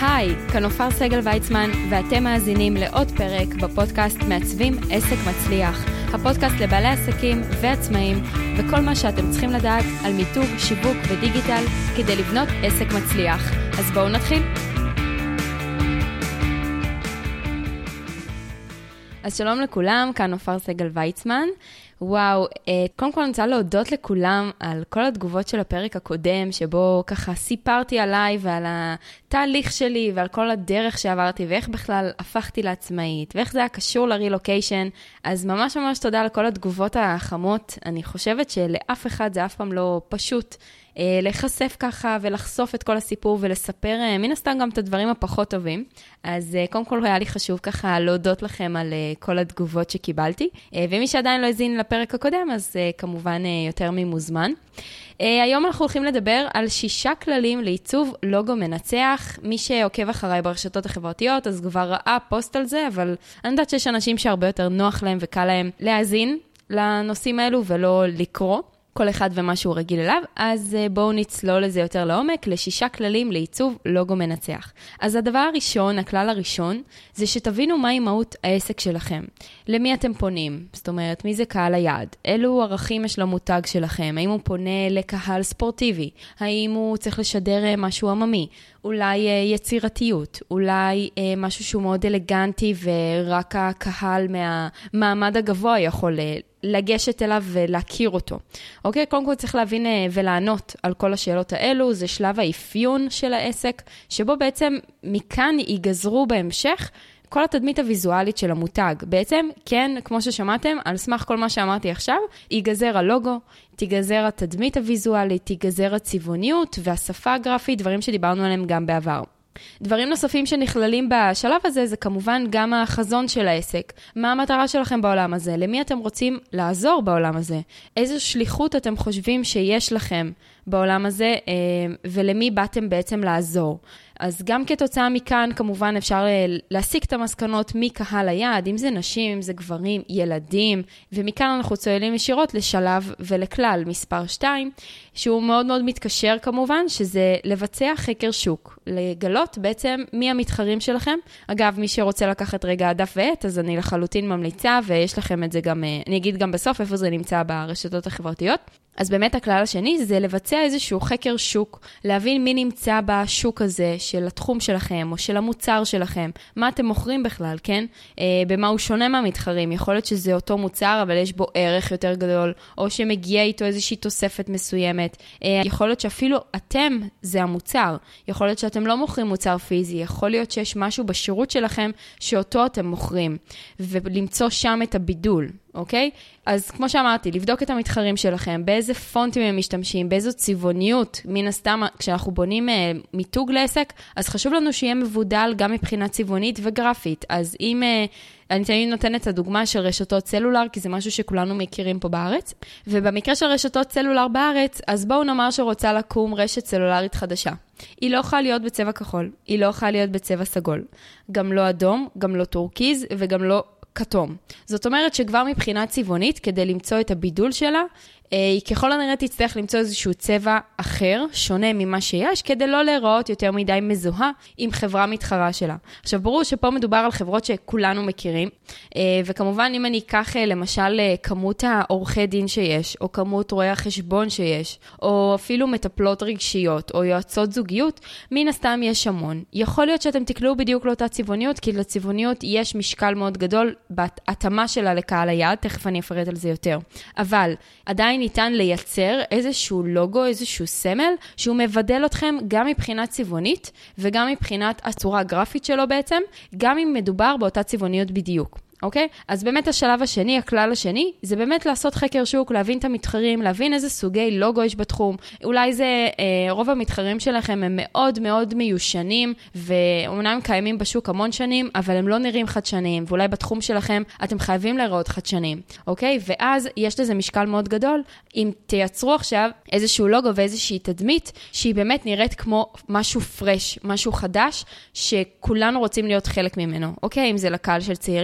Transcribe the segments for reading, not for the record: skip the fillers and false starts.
היי, כאן עופר סגל ויצמן, ואתם מאזינים לעוד פרק בפודקאסט מעצבים עסק מצליח. הפודקאסט לבעלי עסקים ועצמאים, וכל מה שאתם צריכים לדעת על מיתוג, שיווק ודיגיטל כדי לבנות עסק מצליח. אז בואו נתחיל. אז שלום לכולם, כאן עופר סגל ויצמן. וואו, קודם כל אני רוצה להודות לכולם על כל התגובות של הפרק הקודם, שבו ככה סיפרתי עליי ועל התהליך שלי ועל כל הדרך שעברתי, ואיך בכלל הפכתי לעצמאית, ואיך זה היה קשור לרילוקיישן. אז ממש ממש תודה על כל התגובות החמות. אני חושבת שלאף אחד זה אף פעם לא פשוט לחשף ככה ולחשוף את כל הסיפור ולספר מן הסתם גם את הדברים הפחות טובים. אז קודם כל היה לי חשוב ככה להודות לכם על כל התגובות שקיבלתי. ומי שעדיין לא הזין לפרק הקודם, אז כמובן יותר ממוזמן. היום אנחנו הולכים לדבר על 6 כללים לעיצוב לוגו מנצח. מי שעוקב אחריי ברשתות החברתיות, אז כבר ראה פוסט על זה, אבל אני יודעת שיש אנשים שהרבה יותר נוח להם וקל להם להאזין לנושאים האלו ולא לקרוא. כל אחד ומה שהוא רגיל אליו, אז בואו נצלול לזה יותר לעומק, ל6 כללים לעיצוב לוגו מנצח. אז הדבר הראשון, הכלל הראשון, זה שתבינו מהי מהות העסק שלכם. למי אתם פונים? זאת אומרת, מי זה קהל היעד? אילו ערכים יש למותג שלכם? האם הוא פונה לקהל ספורטיבי? האם הוא צריך לשדר משהו עממי? אולי יצירתיות? אולי משהו שהוא מאוד אלגנטי ורק הקהל מהמעמד הגבוה יכול לגשת אליו ולהכיר אותו. אוקיי? קודם כל צריך להבין ולענות על כל השאלות האלו. זה שלב האפיון של העסק, שבו בעצם מכאן ייגזרו בהמשך כל התדמית הוויזואלית של המותג. בעצם, כן, כמו ששמעתם, על סמך כל מה שאמרתי עכשיו, ייגזר הלוגו, תיגזר התדמית הוויזואלית, תיגזר הצבעוניות והשפה הגרפית, דברים שדיברנו עליהם גם בעבר. דברים נוספים שנכללים בשלב הזה זה כמובן גם החזון של העסק. מה המטרה שלכם בעולם הזה? למי אתם רוצים לעזור בעולם הזה? איזו שליחות אתם חושבים שיש לכם בעולם הזה ולמי באתם בעצם לעזור? אז גם כתוצאה מכאן כמובן אפשר להסיק את המסקנות מקהל היעד, אם זה נשים, אם זה גברים, ילדים, ומכאן אנחנו צוללים ישירות לשלב ולכלל מספר 2, שהוא מאוד מאוד מתקשר כמובן, שזה לבצע חקר שוק, לגלות בעצם מי המתחרים שלכם. אגב, מי שרוצה לקחת רגע דף ועט, אז אני לחלוטין ממליצה, ויש לכם את זה גם, אני אגיד גם בסוף איפה זה נמצא ברשתות החברתיות. אז באמת הכלל השני זה לבצע איזשהו חקר שוק, להבין מי נמצא בשוק הזה של התחום שלכם או של המוצר שלכם, מה אתם מוכרים בכלל, כן? במה הוא שונה מהמתחרים, יכול להיות שזה אותו מוצר אבל יש בו ערך יותר גדול, או שמגיע איתו איזושהי תוספת מסוימת, יכול להיות שאפילו אתם זה המוצר, יכול להיות שאתם לא מוכרים מוצר פיזי, יכול להיות שיש משהו בשירות שלכם שאותו אתם מוכרים, ולמצוא שם את הבידול. אוקיי? אז כמו שאמרתי, לבדוק את המתחרים שלכם, באיזה פונטים הם משתמשים, באיזו צבעוניות, מן הסתם, כשאנחנו בונים מיתוג לעסק, אז חשוב לנו שיהיה מבודל גם מבחינה צבעונית וגרפית. אז אם אני תמיד נותנת את הדוגמה של רשתות סלולר, כי זה משהו שכולנו מכירים פה בארץ, ובמקרה של רשתות סלולר בארץ, אז בואו נאמר שרוצה לקום רשת סלולרית חדשה. היא לא יכולה להיות בצבע כחול, היא לא יכולה להיות בצבע סגול, גם לא אדום, גם לא טורקיז וגם לא כתום. זאת אומרת שכבר מבחינה צבעונית, כדי למצוא את הבידול שלה, היא ככל הנראה תצטרך למצוא איזשהו צבע אחר, שונה ממה שיש, כדי לא להיראות יותר מדי מזוהה עם חברה מתחרה שלה. עכשיו, ברור שפה מדובר על חברות שכולנו מכירים, וכמובן אם אני אקח למשל כמות העורכי דין שיש, או כמות רואי החשבון שיש, או אפילו מטפלות רגשיות, או יועצות זוגיות, מן הסתם יש המון. יכול להיות שאתם תקלעו בדיוק לאותה צבעוניות, כי לצבעוניות יש משקל מאוד גדול בהתאמה שלה לקהל היעד, תכף אני אפרט על זה יותר. אבל עדיין ניתן לייצר איזשהו לוגו, איזשהו סמל, שהוא מבדל אתכם גם מבחינת צבעונית, וגם מבחינת הצורה הגרפית שלו בעצם, גם אם מדובר באותה צבעוניות בדיוק. אוקיי? אז באמת השלב השני, הכלל השני, זה באמת לעשות חקר שוק, להבין את המתחרים, להבין איזה סוגי לוגו יש בתחום. אולי זה, רוב המתחרים שלכם הם מאוד מאוד מיושנים, ואומנם קיימים בשוק המון שנים, אבל הם לא נראים חדשניים, ואולי בתחום שלכם אתם חייבים לראות חדשניים. אוקיי? ואז יש לזה משקל מאוד גדול, אם תייצרו עכשיו איזשהו לוגו ואיזושהי תדמית, שהיא באמת נראית כמו משהו פרש, משהו חדש, שכולנו רוצים להיות חלק ממנו. אוקיי? אם זה לקהל של צעירים, אם זה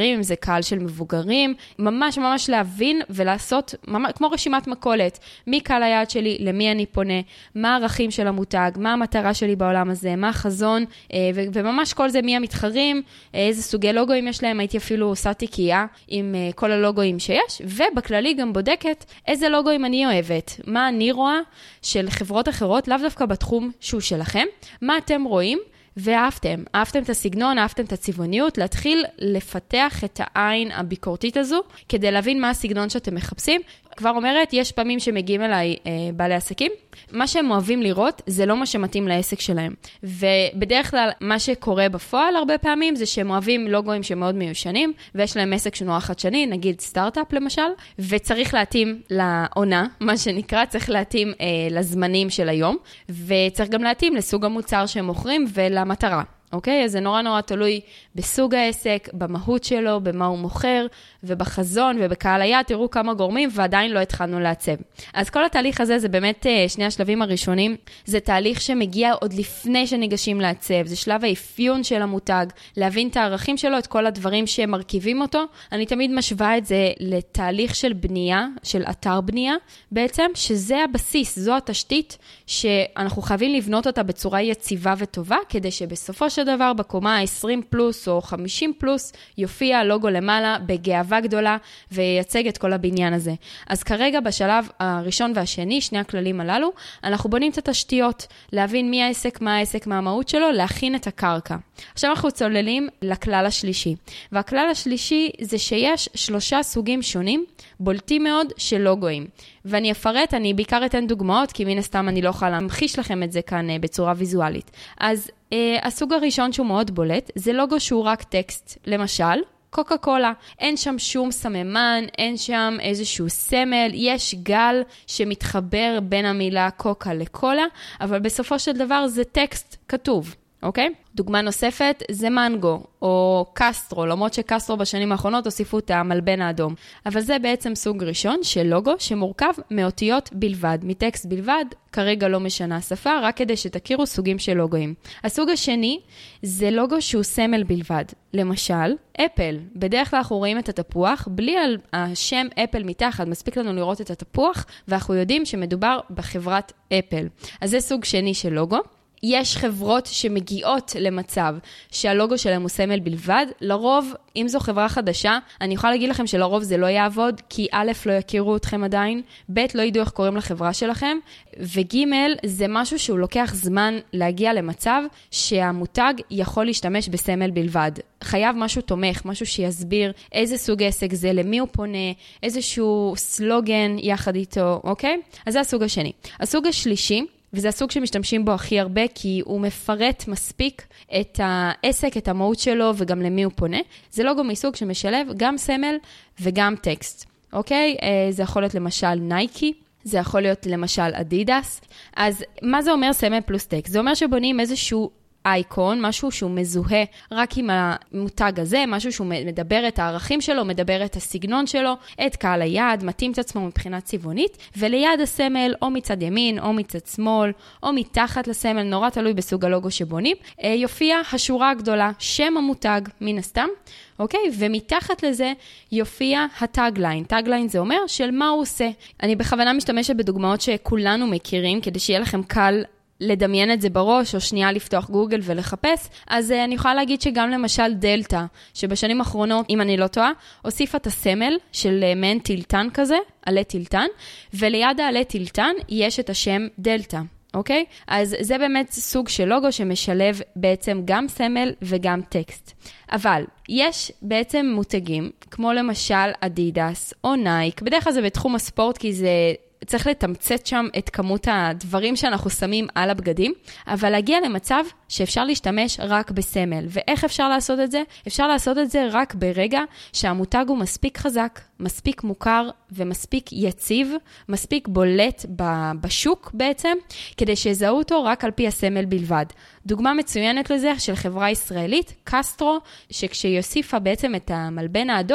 קהל של מבוגרים, ממש ממש להבין ולעשות, ממש, כמו רשימת מכולת, מי קהל היעד שלי, למי אני פונה, מה הערכים של המותג, מה המטרה שלי בעולם הזה, מה החזון, וממש כל זה מי המתחרים, איזה סוגי לוגויים יש להם, הייתי אפילו עושה תיקייה עם כל הלוגויים שיש, ובכללי גם בודקת איזה לוגויים אני אוהבת, מה אני רואה של חברות אחרות, לאו דווקא בתחום שהוא שלכם, מה אתם רואים, ואהבתם את הסגנון, אהבתם את הצבעוניות, להתחיל לפתח את העין הביקורתית הזו, כדי להבין מה הסגנון שאתם מחפשים. כבר אומרת, יש פעמים שמגיעים אליי בעלי עסקים, מה שהם אוהבים לראות, זה לא מה שמתאים לעסק שלהם. ובדרך כלל, מה שקורה בפועל הרבה פעמים, זה שהם אוהבים לוגויים שמאוד מיושנים, ויש להם עסק שנורא חדשני, נגיד סטארט-אפ למשל, וצריך להתאים לעונה, מה שנקרא, צריך להתאים לזמנים של היום, וצריך גם להתאים לסוג המוצר שהם מוכרים ולמטרה. אוקיי? אז זה נורא נורא תלוי בסוג העסק, במהות שלו, במה הוא מוכר, ובחזון ובקהל היעד, תראו כמה גורמים, ועדיין לא התחלנו לעצב. אז כל התהליך הזה, זה באמת שני השלבים הראשונים, זה תהליך שמגיע עוד לפני שניגשים לעצב, זה שלב האפיון של המותג, להבין את הערכים שלו, את כל הדברים שמרכיבים אותו. אני תמיד משווה את זה לתהליך של בנייה, של אתר בנייה, בעצם, שזה הבסיס, זו התשתית, שאנחנו חייבים לבנות אותה בצורה יציבה וטובה, כדי שבסופו של דבר בקומה 20 פלוס או 50 פלוס יופיע הלוגו למעלה בגאווה גדולה וייצג את כל הבניין הזה. אז כרגע בשלב הראשון והשני, שני הכללים הללו, אנחנו בונים את התשתיות, להבין מי העסק, מה העסק, מה המהות שלו, להכין את הקרקע. עכשיו אנחנו צוללים לכלל השלישי. והכלל השלישי זה שיש 3 סוגים שונים, בולטים מאוד של לוגויים. ואני אפרט, אני בעיקר אתן דוגמאות, כי מן הסתם אני לא יכולה להמחיש לכם את זה כאן בצורה ויזואלית. אז הסוג הראשון שהוא מאוד בולט, זה לוגו שהוא רק טקסט. למשל, קוקה קולה. אין שם שום סממן, אין שם איזשהו סמל, יש גל שמתחבר בין המילה קוקה לקולה, אבל בסופו של דבר זה טקסט כתוב. אוקיי? דוגמה נוספת זה מנגו או קסטרו, למרות שקסטרו בשנים האחרונות הוסיפו את המלבן האדום. אבל זה בעצם סוג ראשון של לוגו שמורכב מאותיות בלבד, מטקסט בלבד, כרגע לא משנה שפה, רק כדי שתכירו סוגים של לוגויים. הסוג השני זה לוגו שהוא סמל בלבד. למשל, אפל. בדרך כלל אנחנו רואים את התפוח, בלי השם אפל מתחת, מספיק לנו לראות את התפוח, ואנחנו יודעים שמדובר בחברת אפל. אז זה סוג שני של לוגו. יש חברות שמגיעות למצב שהלוגו שלהם הוא סמל בלבד, לרוב, אם זו חברה חדשה, אני יכולה להגיד לכם שלרוב זה לא יעבוד, כי א', לא יכירו אתכם עדיין, ב', לא ידעו איך קוראים לחברה שלכם, וג', זה משהו שהוא לוקח זמן להגיע למצב שהמותג יכול להשתמש בסמל בלבד. חייב משהו תומך, משהו שיסביר איזה סוג עסק זה, למי הוא פונה, איזשהו סלוגן יחד איתו, אוקיי? אז זה הסוג השני. הסוג השלישי, וזה הסוג שמשתמשים בו הכי הרבה, כי הוא מפרט מספיק את העסק, את המהות שלו, וגם למי הוא פונה. זה לוגו מסוג שמשלב גם סמל וגם טקסט. אוקיי? זה יכול להיות למשל נייקי, זה יכול להיות למשל אדידס. אז מה זה אומר סמל פלוס טקסט? זה אומר שבונים איזשהו אייקון, משהו שהוא מזוהה רק עם המותג הזה, משהו שהוא מדבר את הערכים שלו, מדבר את הסגנון שלו, את קהל היעד, מתאים את עצמו מבחינה צבעונית, וליד הסמל, או מצד ימין, או מצד שמאל, או מתחת לסמל, נורא תלוי בסוג הלוגו שבונים, יופיע השורה הגדולה, שם המותג, מן הסתם, אוקיי? ומתחת לזה יופיע הטאגליין. טאגליין זה אומר של מה הוא עושה. אני בכוונה משתמשת בדוגמאות שכולנו מכירים, כדי שיהיה לכם קל לדמיין את זה בראש, או שנייה לפתוח גוגל ולחפש. אז אני יכולה להגיד שגם למשל דלטה, שבשנים האחרונות, אם אני לא טועה, הוסיפה את הסמל של מעין טילטן כזה, עלי טילטן, וליד העלי טילטן יש את השם דלטה. אוקיי? אז זה באמת סוג של לוגו שמשלב בעצם גם סמל וגם טקסט. אבל יש בעצם מותגים, כמו למשל אדידס או נייק, בדרך כלל זה בתחום הספורט, כי זה צריך לתמצת שם את כמות הדברים שאנחנו שמים על הבגדים, אבל להגיע למצב שאפשר להשתמש רק בסמל. ואיך אפשר לעשות את זה? אפשר לעשות את זה רק ברגע שהמותג הוא מספיק חזק, מספיק מוכר ומספיק יציב, מספיק בולט בשוק בעצם, כדי שיזהו אותו רק על פי הסמל בלבד. דוגמה מצוינת לזה של חברה ישראלית, קסטרו, שכשיוסיפה בעצם את המלבן האדום,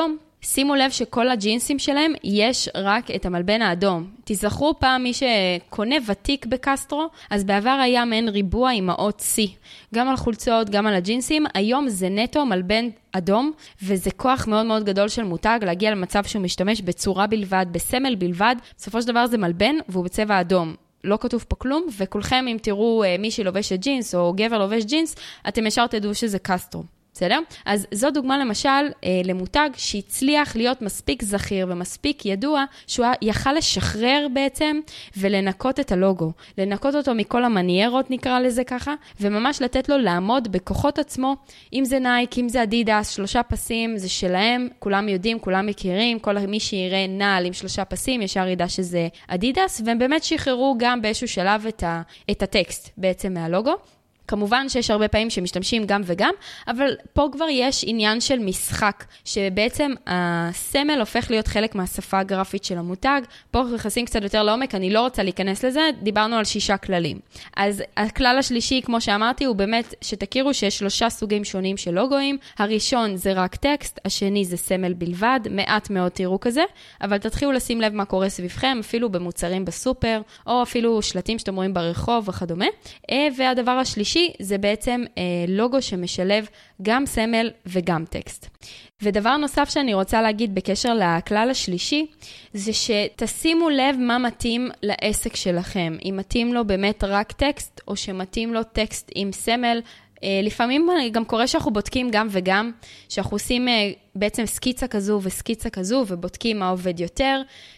שימו לב שכל הג'ינסים שלהם יש רק את המלבן האדום. תזכרו פעם מי שקונה ותיק בקסטרו, אז בעבר היה מעין ריבוע עם האות C. גם על חולצות, גם על הג'ינסים. היום זה נטו מלבן אדום, וזה כוח מאוד מאוד גדול של מותג, להגיע למצב שהוא משתמש בצורה בלבד, בסמל בלבד. בסופו של דבר זה מלבן והוא בצבע אדום. לא כתוב פה כלום, וכולכם אם תראו מישהי לובשת ג'ינס או גבר לובש ג'ינס, אתם ישר תדעו שזה קסטרו. בסדר? אז זו דוגמה למשל למותג שהצליח להיות מספיק זכיר ומספיק ידוע, שהוא יכל לשחרר בעצם ולנקות את הלוגו. לנקות אותו מכל המניירות נקרא לזה ככה, וממש לתת לו לעמוד בכוחות עצמו, אם זה נייק, אם זה אדידס, 3 פסים, זה שלהם, כולם יודעים, כולם מכירים, כל מי שיראה נעל עם 3 פסים, ישר ידע שזה אדידס, והם באמת שחררו גם באיזשהו שלב את הטקסט בעצם מהלוגו. כמובן שיש הרבה פעמים שמשתמשים גם וגם, אבל פה כבר יש עניין של משחק, שבעצם הסמל הופך להיות חלק מהשפה הגרפית של המותג. פה נכנסים קצת יותר לעומק, אני לא רוצה להיכנס לזה, דיברנו על 6 כללים. אז הכלל השלישי, כמו שאמרתי, הוא באמת שתכירו שיש 3 סוגים שונים של לוגויים. הראשון זה רק טקסט, השני זה סמל בלבד, מעט מאוד תראו כזה, אבל תתחילו לשים לב מה קורה סביבכם, אפילו במוצרים בסופר, או אפילו שלטים שאתם רואים ברחוב וכדומה. והדבר השלישי, זה בעצם לוגו שמשלב גם סמל וגם טקסט. ודבר נוסף שאני רוצה להגיד בקשר לכלל השלישי, זה שתשימו לב מה מתאים לעסק שלכם. אם מתאים לו באמת רק טקסט, או שמתאים לו טקסט עם סמל. לפעמים גם קורה שאנחנו בודקים גם וגם, שאנחנו עושים בעצם סקיצה כזו וסקיצה כזו, ובודקים מה עובד יותר,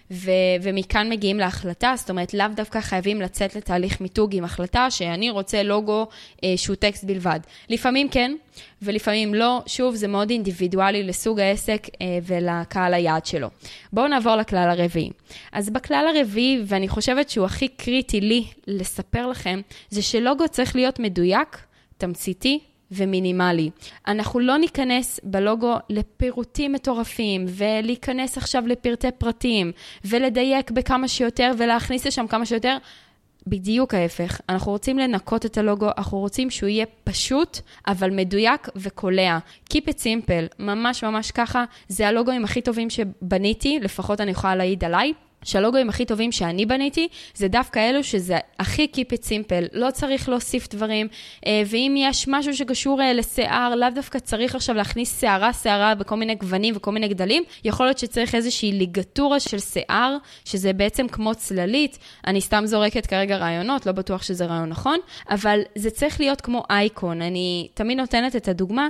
ומכאן מגיעים להחלטה. זאת אומרת, לאו דווקא חייבים לצאת לתהליך מיתוג עם החלטה, שאני רוצה לוגו שהוא טקסט בלבד. לפעמים כן, ולפעמים לא. שוב, זה מאוד אינדיבידואלי לסוג העסק ולקהל היעד שלו. בואו נעבור לכלל הרביעי. אז בכלל הרביעי, ואני חושבת שהוא הכי קריטי לי לספר לכם, זה שלוגו צריך להיות מדויק, תמציתי ומינימלי. אנחנו לא ניכנס בלוגו לפירוטים מטורפים, ולהיכנס עכשיו לפרטי פרטים, ולדייק בכמה שיותר, ולהכניס לשם כמה שיותר. בדיוק ההפך. אנחנו רוצים לנקות את הלוגו, אנחנו רוצים שהוא יהיה פשוט, אבל מדויק וקולע. Keep it simple, ממש ממש ככה. זה הלוגוים הכי טובים שבניתי, לפחות אני יכולה להעיד עליי. שהלוגוים הכי טובים שאני בניתי, זה דווקא אלו שזה הכי keep it simple, לא צריך להוסיף דברים, ואם יש משהו שקשור לשיער, לאו דווקא צריך עכשיו להכניס שערה בכל מיני גוונים וכל מיני גדלים, יכול להיות שצריך איזושהי ליגטורה של שיער, שזה בעצם כמו צללית, אני סתם זורקת כרגע רעיונות, לא בטוח שזה רעיון נכון, אבל זה צריך להיות כמו אייקון. אני תמיד נותנת את הדוגמה,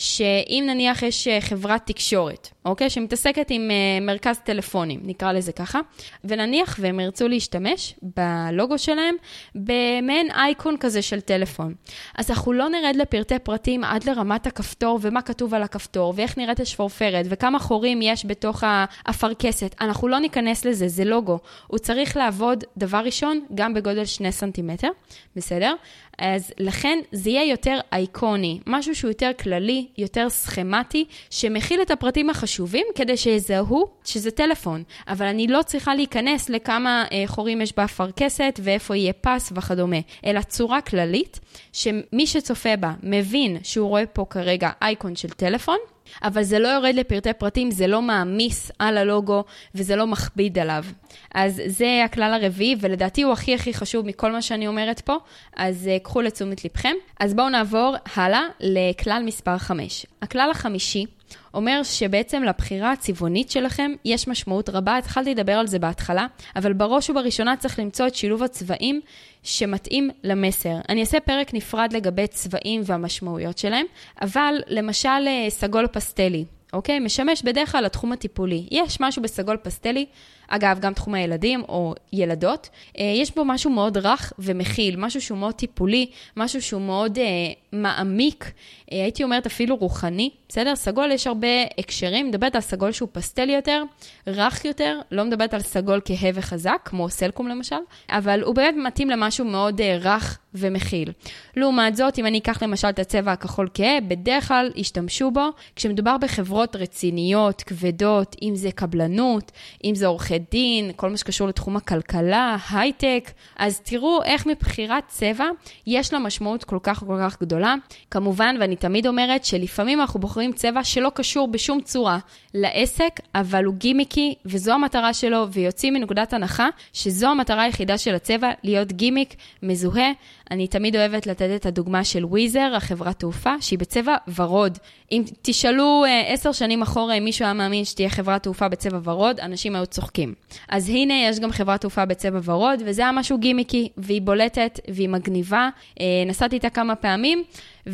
שאם נניח יש חברת תקשורת, אוקיי? שמתעסקת עם מרכז טלפונים, נקרא לזה ככה, ונניח והם ירצו להשתמש בלוגו שלהם במעין אייקון כזה של טלפון. אז אנחנו לא נרד לפרטי פרטים עד לרמת הכפתור ומה כתוב על הכפתור ואיך נראית השפורפרת וכמה חורים יש בתוך האפרכסת. אנחנו לא ניכנס לזה, זה לוגו. הוא צריך לעבוד דבר ראשון גם בגודל 2 סנטימטר, בסדר? אז לכן זה יהיה יותר אייקוני, משהו שהוא יותר כללי, יותר סכמטי, שמכיל את הפרטים החשובים כדי שיזהו שזה טלפון. אבל אני לא צריכה להיכנס לכמה חורים יש באפרכסת ואיפה יהיה פס וכדומה, אלא צורה כללית שמי שצופה בה מבין שהוא רואה פה כרגע אייקון של טלפון, אבל זה לא יורד לפרטי פרטים, זה לא מעמיס על הלוגו וזה לא מכביד עליו. אז זה הכלל הרביעי, ולדעתי הוא הכי הכי חשוב מכל מה שאני אומרת פה, אז קחו לתשומת לבכם. אז בואו נעבור הלאה לכלל מספר 5. הכלל החמישי אומר שבעצם לבחירה הצבעונית שלכם יש משמעות רבה. התחלתי לדבר על זה בהתחלה, אבל בראש ובראשונה צריך למצוא את שילוב הצבעים שמתאים למסר. אני אעשה פרק נפרד לגבי צבעים והמשמעויות שלהם, אבל למשל סגול פסטלי, אוקיי? משמש בדרך כלל לתחום הטיפולי. יש משהו בסגול פסטלי, אגב, גם תחום הילדים או ילדות, יש בו משהו מאוד רך ומכיל, משהו שהוא מאוד טיפולי, משהו שהוא מאוד מעמיק, הייתי אומרת אפילו רוחני, בסדר? סגול יש הרבה הקשרים, מדברת על סגול שהוא פסטלי יותר, רך יותר, לא מדברת על סגול כהה וחזק, כמו סלקום למשל, אבל הוא באמת מתאים למשהו מאוד רך ומכיל. לעומת זאת, אם אני אקח למשל את הצבע הכחול כהה, בדרך כלל ישתמשו בו כשמדובר בחברות רציניות, כבדות, אם זה קבלנות, אם זה עורכי דין, כל מה שקשור לתחום הכלכלה, הייטק. אז תראו איך מבחירת צבע יש לה משמעות כל כך גדולה. כמובן, ואני תמיד אומרת שלפעמים אנחנו בוחרים צבע שלא קשור בשום צורה לעסק, אבל הוא גימיקי, וזו המטרה שלו, ויוצאים מנקודת הנחה שזו המטרה היחידה של הצבע, להיות גימיק מזוהה. אני תמיד אוהבת לתת את הדוגמה של וויזר, החברת תעופה, שהיא בצבע ורוד. אם תשאלו 10 שנים אחורה אם מישהו היה מאמין שתהיה חברת תעופה בצבע ורוד, אנשים היו צוחקים. אז הנה יש גם חברת תעופה בצבע ורוד, וזה היה משהו גימיקי, והיא בולטת, והיא מגניבה. נסעתי איתה כמה פעמים,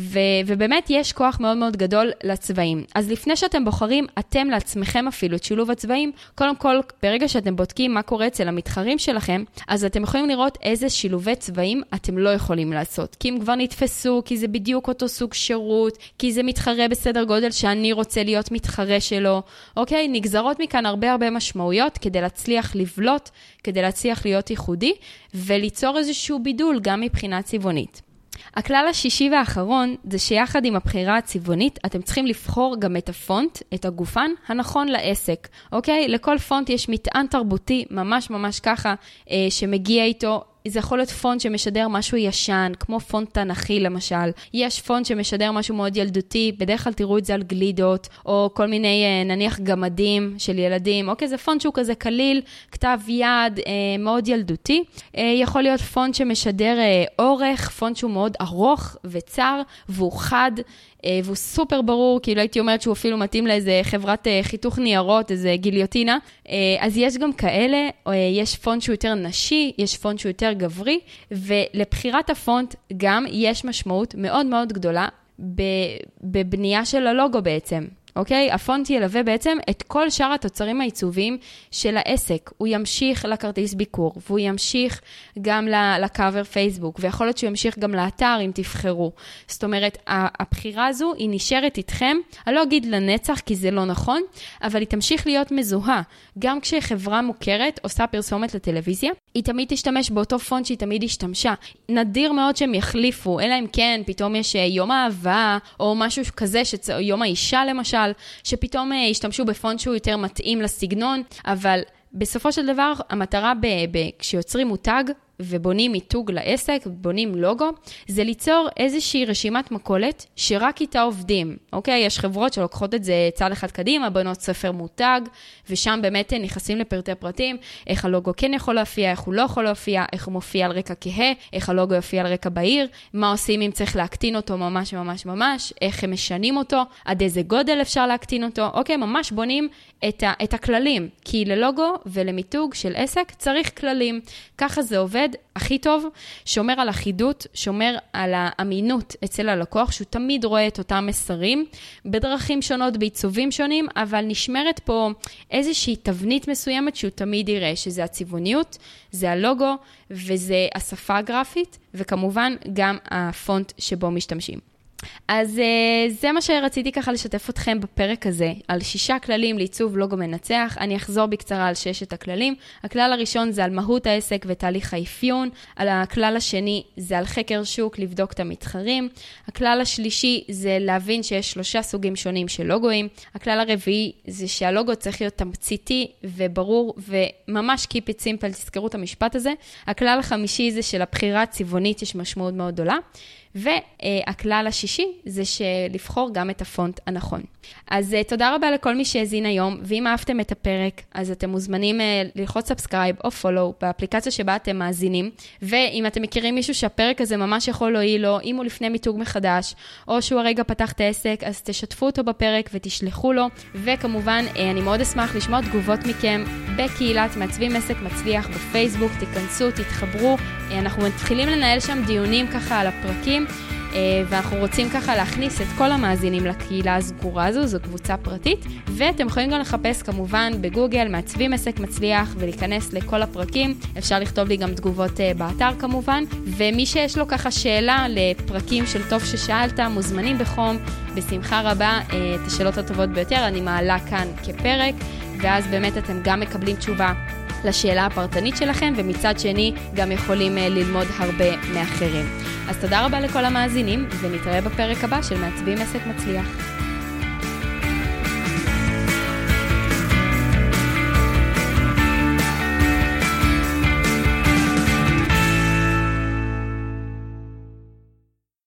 ובאמת יש כוח מאוד מאוד גדול לצבעים. אז לפני שאתם בוחרים, אתם לעצמכם אפילו את שילוב הצבעים, קודם כל, ברגע שאתם בודקים מה קורה אצל המתחרים שלכם, אז אתם יכולים לראות איזה שילובי צבעים אתם לא יכולים לעשות. כי הם כבר נתפסו, כי זה בדיוק אותו סוג שירות, כי זה מתחרה בסדר גודל שאני רוצה להיות מתחרה שלו. אוקיי? נגזרות מכאן הרבה משמעויות כדי להצליח לבלוט, כדי להצליח להיות ייחודי, וליצור איזשהו בידול גם מבחינה צבעונית. הכלל השישי והאחרון זה שיחד עם הבחירה הצבעונית, אתם צריכים לבחור גם את הפונט, את הגופן, הנכון לעסק. אוקיי? לכל פונט יש מטען תרבותי, ממש ככה, שמגיע איתו. זה יכול להיות פונט שמשדר משהו ישן, כמו פונט תנכי למשל. יש פונט שמשדר משהו מאוד ילדותי, בדרך כלל תראו את זה על גלידות, או כל מיני נניח גמדים של ילדים. אוקיי, זה פונט שהוא כזה קליל, כתב יד, מאוד ילדותי. יכול להיות פונט שמשדר אורך, פונט שהוא מאוד ארוך וצר, והוא חד, והוא סופר ברור, כאילו הייתי אומרת שהוא אפילו מתאים לאיזה חברת חיתוך ניירות, איזה גיליוטינה. אז יש גם כאלה, יש פונט שהוא יותר נשי, יש פונט שהוא יותר גברי, ולבחירת הפונט גם יש משמעות מאוד מאוד גדולה בבנייה של הלוגו בעצם. אוקיי? הפונט ילווה בעצם את כל שאר התוצרים העיצוביים של העסק. הוא ימשיך לכרטיס ביקור, והוא ימשיך גם לקאבר פייסבוק, ויכול להיות שהוא ימשיך גם לאתר אם תבחרו. זאת אומרת, הבחירה הזו היא נשארת איתכם, אני לא אגיד לנצח כי זה לא נכון, אבל היא תמשיך להיות מזוהה. גם כשחברה מוכרת עושה פרסומת לטלוויזיה, היא תמיד תשתמש באותו פונט שהיא תמיד השתמשה. נדיר מאוד שהם יחליפו, אלא אם כן פתאום יש יום האהבה, או משהו כזה, יום האישה למשל, שפתאום השתמשו בפונט שהוא יותר מתאים לסגנון, אבל בסופו של דבר המטרה כשיוצרים מותג ובונים מיתוג לעסק, בונים לוגו, זה ליצור איזושהי רשימת מכולת שרק איתה עובדים. אוקיי? יש חברות שלוקחות את זה צעד אחד קדימה, בנות ספר מותג, ושם באמת נכנסים לפרטי פרטים, איך הלוגו כן יכול להופיע, איך הוא לא יכול להופיע, איך הוא מופיע על רקע כהה, איך הלוגו יופיע על רקע בהיר, מה עושים אם צריך להקטין אותו ממש, איך הם משנים אותו, עד איזה גודל אפשר להקטין אותו. אוקיי? ממש בונים את הכללים, כי ללוגו ולמיתוג של עסק צריך כללים. ככה זה עובד הכי טוב, שומר על אחידות, שומר על האמינות אצל הלקוח, שהוא תמיד רואה את אותם מסרים, בדרכים שונות, בעיצובים שונים, אבל נשמרת פה איזושהי תבנית מסוימת שהוא תמיד יראה, שזה הצבעוניות, זה הלוגו, וזה השפה הגרפית, וכמובן גם הפונט שבו משתמשים. אז זה מה שרציתי ככה לשתף אתכם בפרק הזה, על 6 כללים לעיצוב לוגו מנצח. אני אחזור בקצרה על 6 הכללים. הכלל הראשון זה על מהות העסק ותהליך האפיון. הכלל השני זה על חקר שוק, לבדוק את המתחרים. הכלל השלישי זה להבין שיש 3 סוגים שונים של לוגוים. הכלל הרביעי זה שהלוגו צריך להיות תמציתי וברור וממש keep it simple, תזכרו את המשפט הזה. הכלל החמישי זה שלבחירה הצבעונית יש משמעות מאוד גדולה. והכלל השישי זה שלבחור גם את הפונט הנכון. אז תודה רבה לכל מי שהזין היום, ואם אהבתם את הפרק, אז אתם מוזמנים ללחוץ סאבסקרייב או פולו באפליקציה שבה אתם מאזינים, ואם אתם מכירים מישהו שהפרק הזה ממש יכול להועיל לו, אם הוא לפני מיתוג מחדש, או שהוא הרגע פתח את העסק, אז תשתפו אותו בפרק ותשלחו לו, וכמובן אני מאוד אשמח לשמוע תגובות מכם בקהילת מעצבים עסק מצליח בפייסבוק, תיכנסו, תתחברו, אנחנו מתחילים לנהל שם דיונים ככה על הפרקים, ואנחנו רוצים ככה להכניס את כל המאזינים לקהילה הסגורה הזו, זו קבוצה פרטית, ואתם יכולים גם לחפש כמובן בגוגל מעצבים עסק מצליח ולהיכנס לכל הפרקים, אפשר לכתוב לי גם תגובות באתר כמובן, ומי שיש לו ככה שאלה לפרקים של טוב ששאלת, מוזמנים בחום, בשמחה רבה, את השאלות הטובות ביותר אני מעלה כאן כפרק, ואז באמת אתם גם מקבלים תשובה לשאלה הפרטנית שלכם, ומצד שני גם יכולים ללמוד הרבה מאחרים. אז תודה רבה לכל המאזינים, ונתראה בפרק הבא של מעצבים עסק מצליח.